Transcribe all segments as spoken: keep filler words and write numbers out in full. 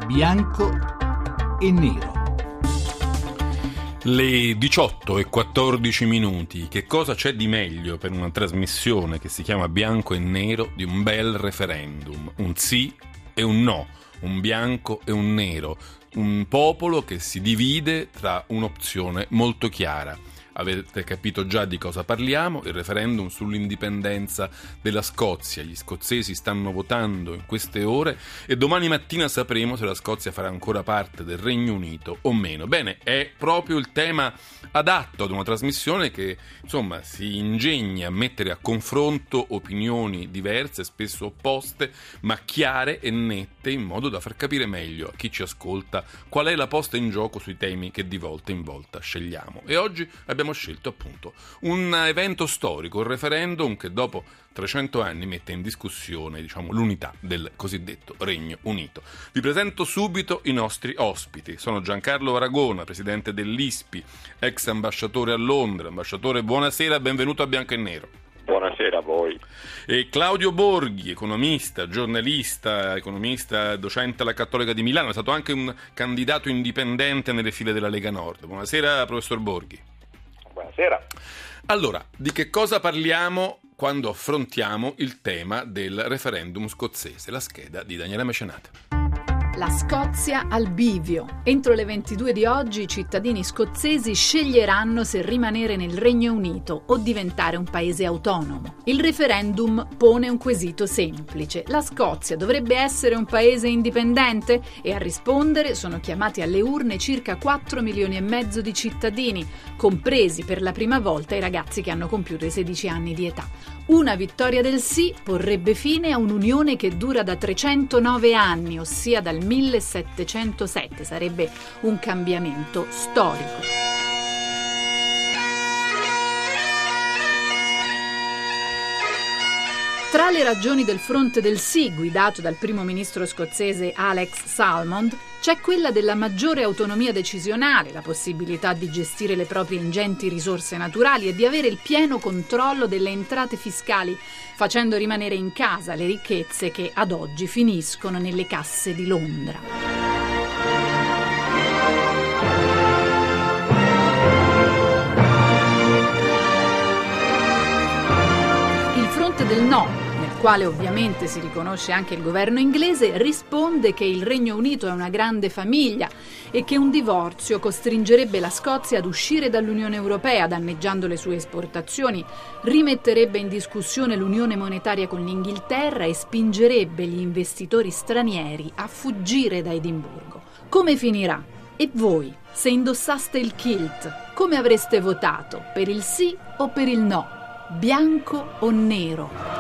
bianco e nero. Le diciotto e quattordici minuti. Che cosa c'è di meglio per una trasmissione che si chiama Bianco e Nero di un bel referendum? Un sì e un no, un bianco e un nero, un popolo che si divide tra un'opzione molto chiara. Avete capito già di cosa parliamo? Il referendum sull'indipendenza della Scozia. Gli scozzesi stanno votando in queste ore e domani mattina sapremo se la Scozia farà ancora parte del Regno Unito o meno. Bene, è proprio il tema adatto ad una trasmissione che, insomma, si ingegna a mettere a confronto opinioni diverse, spesso opposte, ma chiare e nette, in modo da far capire meglio a chi ci ascolta qual è la posta in gioco sui temi che di volta in volta scegliamo. E oggi abbiamo Abbiamo scelto appunto un evento storico, il referendum che dopo trecento anni mette in discussione, diciamo, l'unità del cosiddetto Regno Unito. Vi presento subito i nostri ospiti. Sono Giancarlo Aragona, presidente dell'I S P I, ex ambasciatore a Londra. Ambasciatore, buonasera, benvenuto a Bianco e Nero. Buonasera a voi. E Claudio Borghi, economista, giornalista, economista, docente alla Cattolica di Milano, è stato anche un candidato indipendente nelle file della Lega Nord. Buonasera, professor Borghi. Buonasera. Allora, di che cosa parliamo quando affrontiamo il tema del referendum scozzese? La scheda di Daniela Mecenate. La Scozia al bivio. Entro le ventidue di oggi i cittadini scozzesi sceglieranno se rimanere nel Regno Unito o diventare un paese autonomo. Il referendum pone un quesito semplice. La Scozia dovrebbe essere un paese indipendente? E a rispondere sono chiamati alle urne circa quattro milioni e mezzo di cittadini, compresi per la prima volta i ragazzi che hanno compiuto i sedici anni di età. Una vittoria del sì porrebbe fine a un'unione che dura da trecentonove anni, ossia dal millesettecentosette. Sarebbe un cambiamento storico. Tra le ragioni del fronte del sì, guidato dal primo ministro scozzese Alex Salmond, c'è quella della maggiore autonomia decisionale, la possibilità di gestire le proprie ingenti risorse naturali e di avere il pieno controllo delle entrate fiscali, facendo rimanere in casa le ricchezze che ad oggi finiscono nelle casse di Londra. Il fronte del no, quale ovviamente si riconosce anche il governo inglese, risponde che il Regno Unito è una grande famiglia e che un divorzio costringerebbe la Scozia ad uscire dall'Unione Europea, danneggiando le sue esportazioni, rimetterebbe in discussione l'unione monetaria con l'Inghilterra e spingerebbe gli investitori stranieri a fuggire da Edimburgo. Come finirà? E voi, se indossaste il kilt, come avreste votato? Per il sì o per il no? Bianco o nero?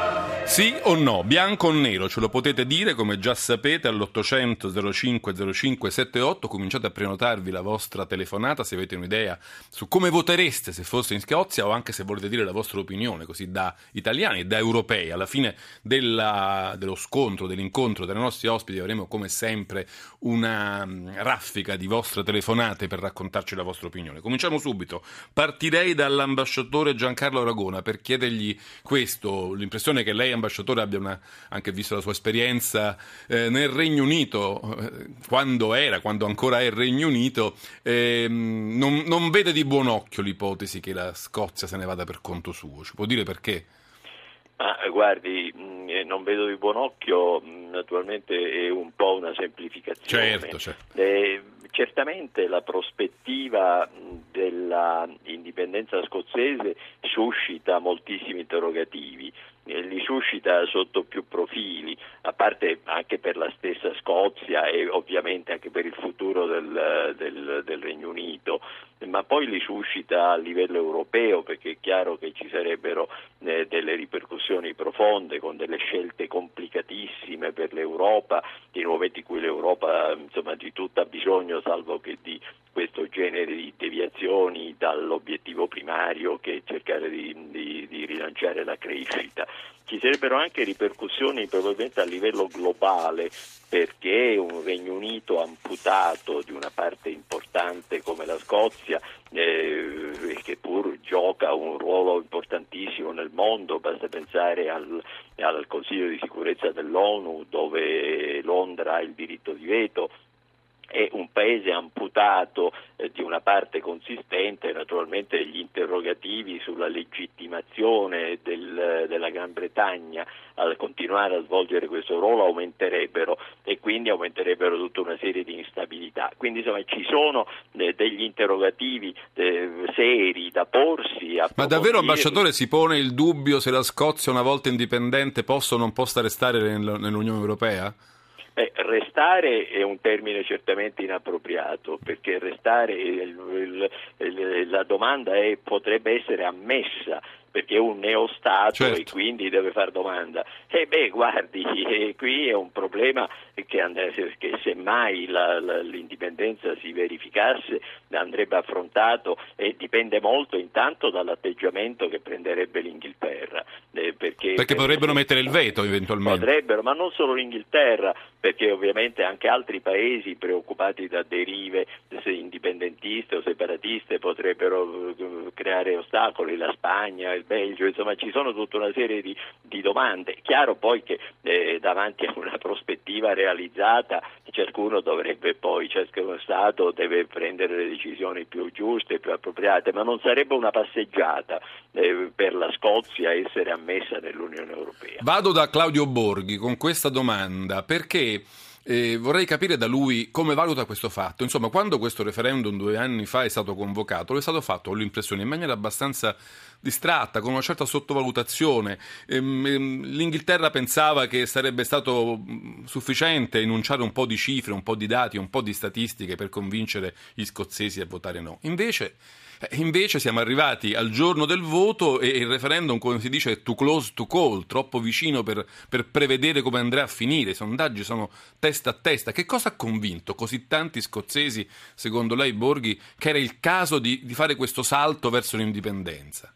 Sì o no? Bianco o nero? Ce lo potete dire, come già sapete, all'ottocento zero cinque zero cinque settantotto. Cominciate a prenotarvi la vostra telefonata se avete un'idea su come votereste se foste in Scozia, o anche se volete dire la vostra opinione, così da italiani e da europei. Alla fine della, dello scontro, dell'incontro tra i nostri ospiti avremo come sempre una raffica di vostre telefonate per raccontarci la vostra opinione. Cominciamo subito. Partirei dall'ambasciatore Giancarlo Aragona per chiedergli questo. L'impressione che lei, ambasciatore, abbia una, anche visto la sua esperienza eh, nel Regno Unito, eh, quando era, quando ancora è il Regno Unito, eh, non, non vede di buon occhio l'ipotesi che la Scozia se ne vada per conto suo. Ci può dire perché? Ah, guardi, mh, non vedo di buon occhio, mh, naturalmente è un po' una semplificazione. Certo, certo. Eh, certamente la prospettiva della indipendenza scozzese suscita moltissimi interrogativi. Li suscita sotto più profili, a parte anche per la stessa Scozia e ovviamente anche per il futuro del, del, del Regno Unito, ma poi li suscita a livello europeo, perché è chiaro che ci sarebbero eh, delle ripercussioni profonde con delle scelte complicatissime per l'Europa, in un momento in cui l'Europa insomma di tutto ha bisogno, salvo che di questo genere di deviazioni dall'obiettivo primario, che è cercare di, di, di rilanciare la crescita. Ci sarebbero anche ripercussioni probabilmente a livello globale, perché un Regno Unito amputato di una parte importante come la Scozia, eh, che pur gioca un ruolo importantissimo nel mondo, basta pensare al, al Consiglio di sicurezza dell'ONU, dove Londra ha il diritto di veto. È un paese amputato eh, di una parte consistente. Naturalmente gli interrogativi sulla legittimazione del, della Gran Bretagna a continuare a svolgere questo ruolo aumenterebbero, e quindi aumenterebbero tutta una serie di instabilità. Quindi insomma ci sono eh, degli interrogativi eh, seri da porsi. Ma davvero, ambasciatore, si pone il dubbio se la Scozia, una volta indipendente, possa o non possa restare nell'Unione Europea? Beh, restare è un termine certamente inappropriato, perché restare, il, il, la domanda è potrebbe essere ammessa, perché è un neostato, certo, e quindi deve far domanda. E beh, guardi, eh, qui è un problema che, and- che semmai la, la, l'indipendenza si verificasse andrebbe affrontato, e dipende molto intanto dall'atteggiamento che prenderebbe l'Inghilterra. Eh, perché perché potrebbero mettere il veto eventualmente. Potrebbero, ma non solo l'Inghilterra, perché ovviamente anche altri paesi preoccupati da derive indipendentiste o separatiste potrebbero creare ostacoli, la Spagna, il Belgio, insomma ci sono tutta una serie di, di domande. Chiaro poi che eh, davanti a una prospettiva realizzata ciascuno dovrebbe poi, ciascuno Stato deve prendere le decisioni più giuste, più appropriate, ma non sarebbe una passeggiata eh, per la Scozia essere ammessa nell'Unione Europea. Vado da Claudio Borghi con questa domanda, perché Eh, vorrei capire da lui come valuta questo fatto. Insomma, quando questo referendum due anni fa è stato convocato, è stato fatto, ho l'impressione, in maniera abbastanza distratta, con una certa sottovalutazione. Ehm, ehm, L'Inghilterra pensava che sarebbe stato sufficiente enunciare un po' di cifre, un po' di dati, un po' di statistiche per convincere gli scozzesi a votare no. Invece Invece siamo arrivati al giorno del voto e il referendum, come si dice, è too close to call, troppo vicino per, per prevedere come andrà a finire. I sondaggi sono testa a testa. Che cosa ha convinto così tanti scozzesi, secondo lei, Borghi, che era il caso di, di fare questo salto verso l'indipendenza?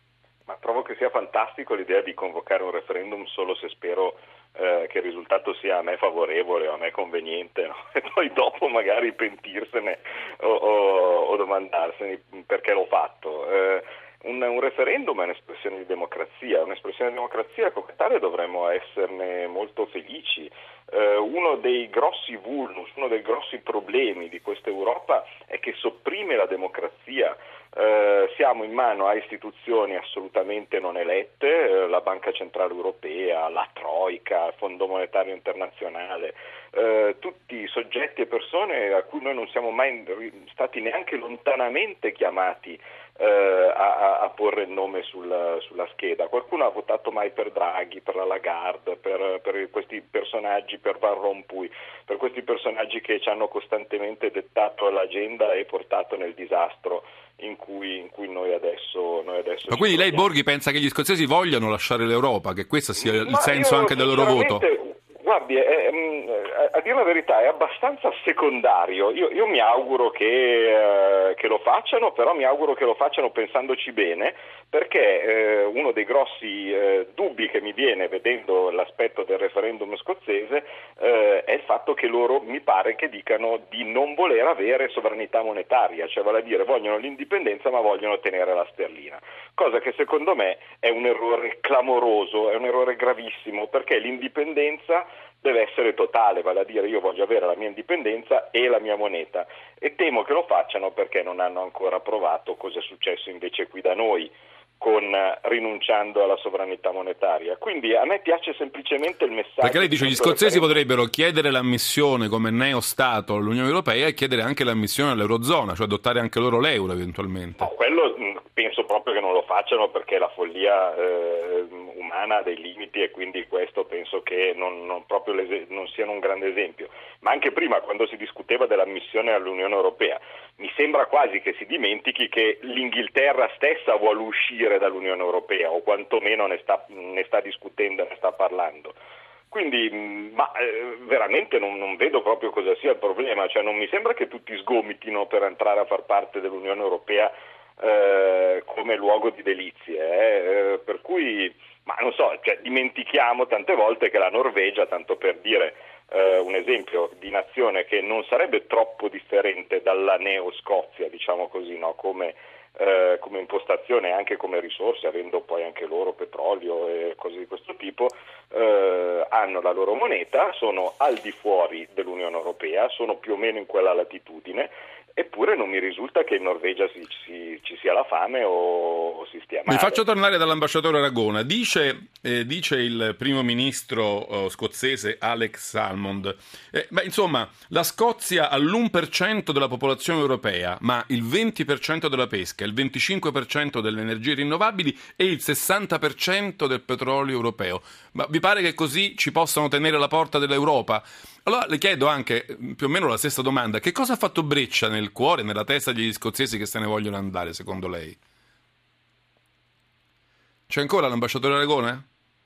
Ma trovo che sia fantastico l'idea di convocare un referendum solo se spero eh, che il risultato sia a me favorevole o a me conveniente, no? E poi dopo magari pentirsene o, o, o domandarsene perché l'ho fatto. Eh, un, un referendum è un'espressione di democrazia, un'espressione di democrazia, come tale dovremmo esserne molto felici. Eh, uno dei grossi vulnus, uno dei grossi problemi di questa Europa è che sopprime la democrazia. Eh, siamo in mano a istituzioni assolutamente non elette, eh, la Banca Centrale Europea, la Troika, il Fondo Monetario Internazionale, eh, tutti soggetti e persone a cui noi non siamo mai stati neanche lontanamente chiamati eh, a, a porre il nome sul, sulla scheda. Qualcuno ha votato mai per Draghi, per la Lagarde, per, per questi personaggi, per Van Rompuy, per questi personaggi che ci hanno costantemente dettato l'agenda e portato nel disastro in cui, in cui noi adesso noi adesso Ma quindi lei, Borghi, pensa che gli scozzesi vogliano lasciare l'Europa, che questo sia il Ma senso anche del loro voto? Guardi, è, è, a dire la verità è abbastanza secondario. Io, io mi auguro che, eh, che lo facciano, però mi auguro che lo facciano pensandoci bene, perché eh, uno dei grossi eh, dubbi che mi viene vedendo l'aspetto del referendum scozzese eh, è il fatto che loro mi pare che dicano di non voler avere sovranità monetaria, cioè vale a dire vogliono l'indipendenza ma vogliono tenere la sterlina, cosa che secondo me è un errore clamoroso, è un errore gravissimo, perché l'indipendenza deve essere totale, vale a dire io voglio avere la mia indipendenza e la mia moneta, e temo che lo facciano perché non hanno ancora provato cosa è successo invece qui da noi, con rinunciando alla sovranità monetaria. Quindi a me piace semplicemente il messaggio. Perché lei dice gli scozzesi potrebbero chiedere l'ammissione come neo-stato all'Unione Europea e chiedere anche l'ammissione all'Eurozona, cioè adottare anche loro l'euro eventualmente. No, quello penso proprio che non lo facciano, perché la follia eh, umana ha dei limiti, e quindi questo penso che non, non proprio non siano un grande esempio. Ma anche prima, quando si discuteva dell'ammissione all'Unione Europea, mi sembra quasi che si dimentichi che l'Inghilterra stessa vuole uscire dall'Unione Europea, o quantomeno ne sta, ne sta discutendo, ne sta parlando. Quindi, ma eh, veramente non, non vedo proprio cosa sia il problema, cioè non mi sembra che tutti sgomitino per entrare a far parte dell'Unione Europea eh, come luogo di delizie, eh, eh, per cui, ma non so, cioè, dimentichiamo tante volte che la Norvegia, tanto per dire eh, un esempio di nazione che non sarebbe troppo differente dalla Neo-Scozia, diciamo così, no? come Eh, come impostazione e anche come risorse, avendo poi anche loro petrolio e cose di questo tipo, eh, hanno la loro moneta, sono al di fuori dell'Unione Europea, sono più o meno in quella latitudine, eppure non mi risulta che in Norvegia si, si, ci sia la fame o si stia male. Mi faccio tornare dall'ambasciatore Aragona. Dice, eh, dice il primo ministro eh, scozzese Alex Salmond, eh, beh, insomma, la Scozia ha l'uno per cento della popolazione europea, ma il venti per cento della pesca, il venticinque per cento delle energie rinnovabili e il sessanta per cento del petrolio europeo. Ma vi pare che così ci possano tenere alla porta dell'Europa? Allora le chiedo anche più o meno la stessa domanda: che cosa ha fatto breccia nel cuore, nella testa degli scozzesi che se ne vogliono andare, secondo lei? C'è ancora l'ambasciatore Aragona?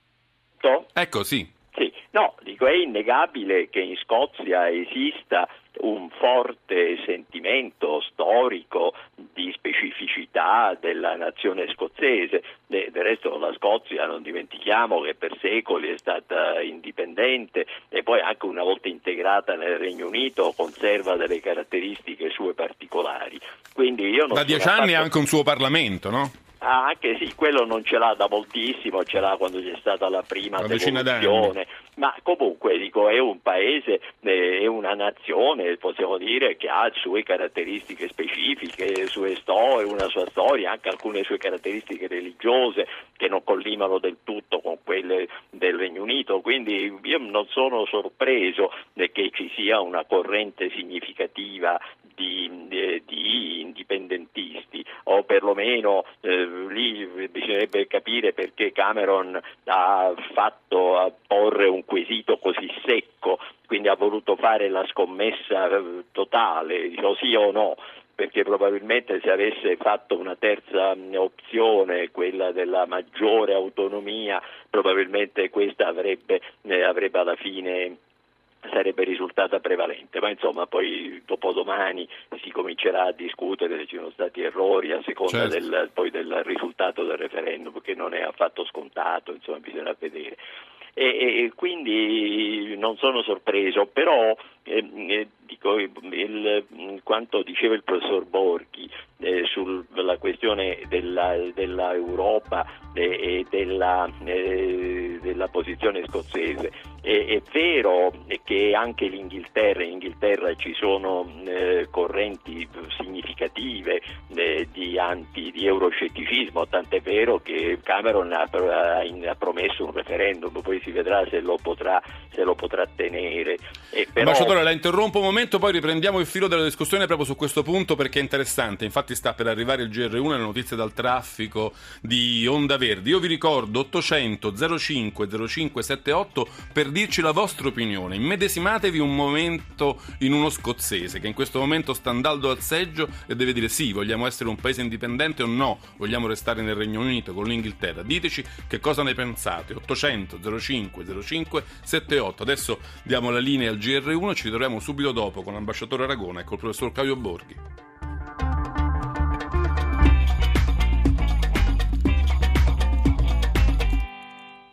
No? Ecco, sì. Sì, no, dico, è innegabile che in Scozia esista un forte sentimento storico di specificità della nazione scozzese. De, del resto la Scozia, non dimentichiamo che per secoli è stata indipendente e poi anche una volta integrata nel Regno Unito conserva delle caratteristiche sue particolari. Quindi io non da dieci anni affatto... ha anche un suo Parlamento, no? Ah, anche sì, quello non ce l'ha da moltissimo, ce l'ha quando c'è stata la prima una decina devoluzione, ma comunque dico è un paese, è una nazione, possiamo dire, che ha sue caratteristiche specifiche, sue storie, una sua storia, anche alcune sue caratteristiche religiose che non collimano del tutto con quelle del Regno Unito, quindi io non sono sorpreso che ci sia una corrente significativa di, di, di indipendentisti, o perlomeno eh, lì bisognerebbe capire perché Cameron ha fatto a porre un quesito così secco, quindi ha voluto fare la scommessa eh, totale, o sì o no, perché probabilmente se avesse fatto una terza opzione, quella della maggiore autonomia, probabilmente questa avrebbe, eh, avrebbe alla fine sarebbe risultata prevalente, ma insomma poi dopodomani si comincerà a discutere se ci sono stati errori a seconda certo. del, poi del risultato del referendum, che non è affatto scontato, insomma bisogna vedere. E, e quindi non sono sorpreso, però eh, eh, dico il, il, quanto diceva il professor Borghi eh, sulla questione della, della Europa eh, e della, eh, della posizione scozzese. E, è vero che anche l'Inghilterra, in Inghilterra ci sono eh, correnti significative eh, di anti di euroscetticismo, tant'è vero che Cameron ha, ha promesso un referendum, poi si vedrà se lo potrà, se lo potrà tenere. E però... Ambasciatore, la interrompo un momento, poi riprendiamo il filo della discussione proprio su questo punto perché è interessante. Infatti sta per arrivare il G R uno e le notizie dal traffico di Onda Verde. Io vi ricordo ottocento zero cinque zero cinque settantotto per dirci la vostra opinione. Immedesimatevi un momento in uno scozzese che in questo momento sta andando al seggio e deve dire sì, vogliamo essere un paese indipendente o no, vogliamo restare nel Regno Unito con l'Inghilterra. Diteci che cosa ne pensate. ottocento zero cinque zero cinque settantotto. Adesso diamo la linea al G R uno, ci ritroviamo subito dopo con l'ambasciatore Aragona e col professor Caio Borghi.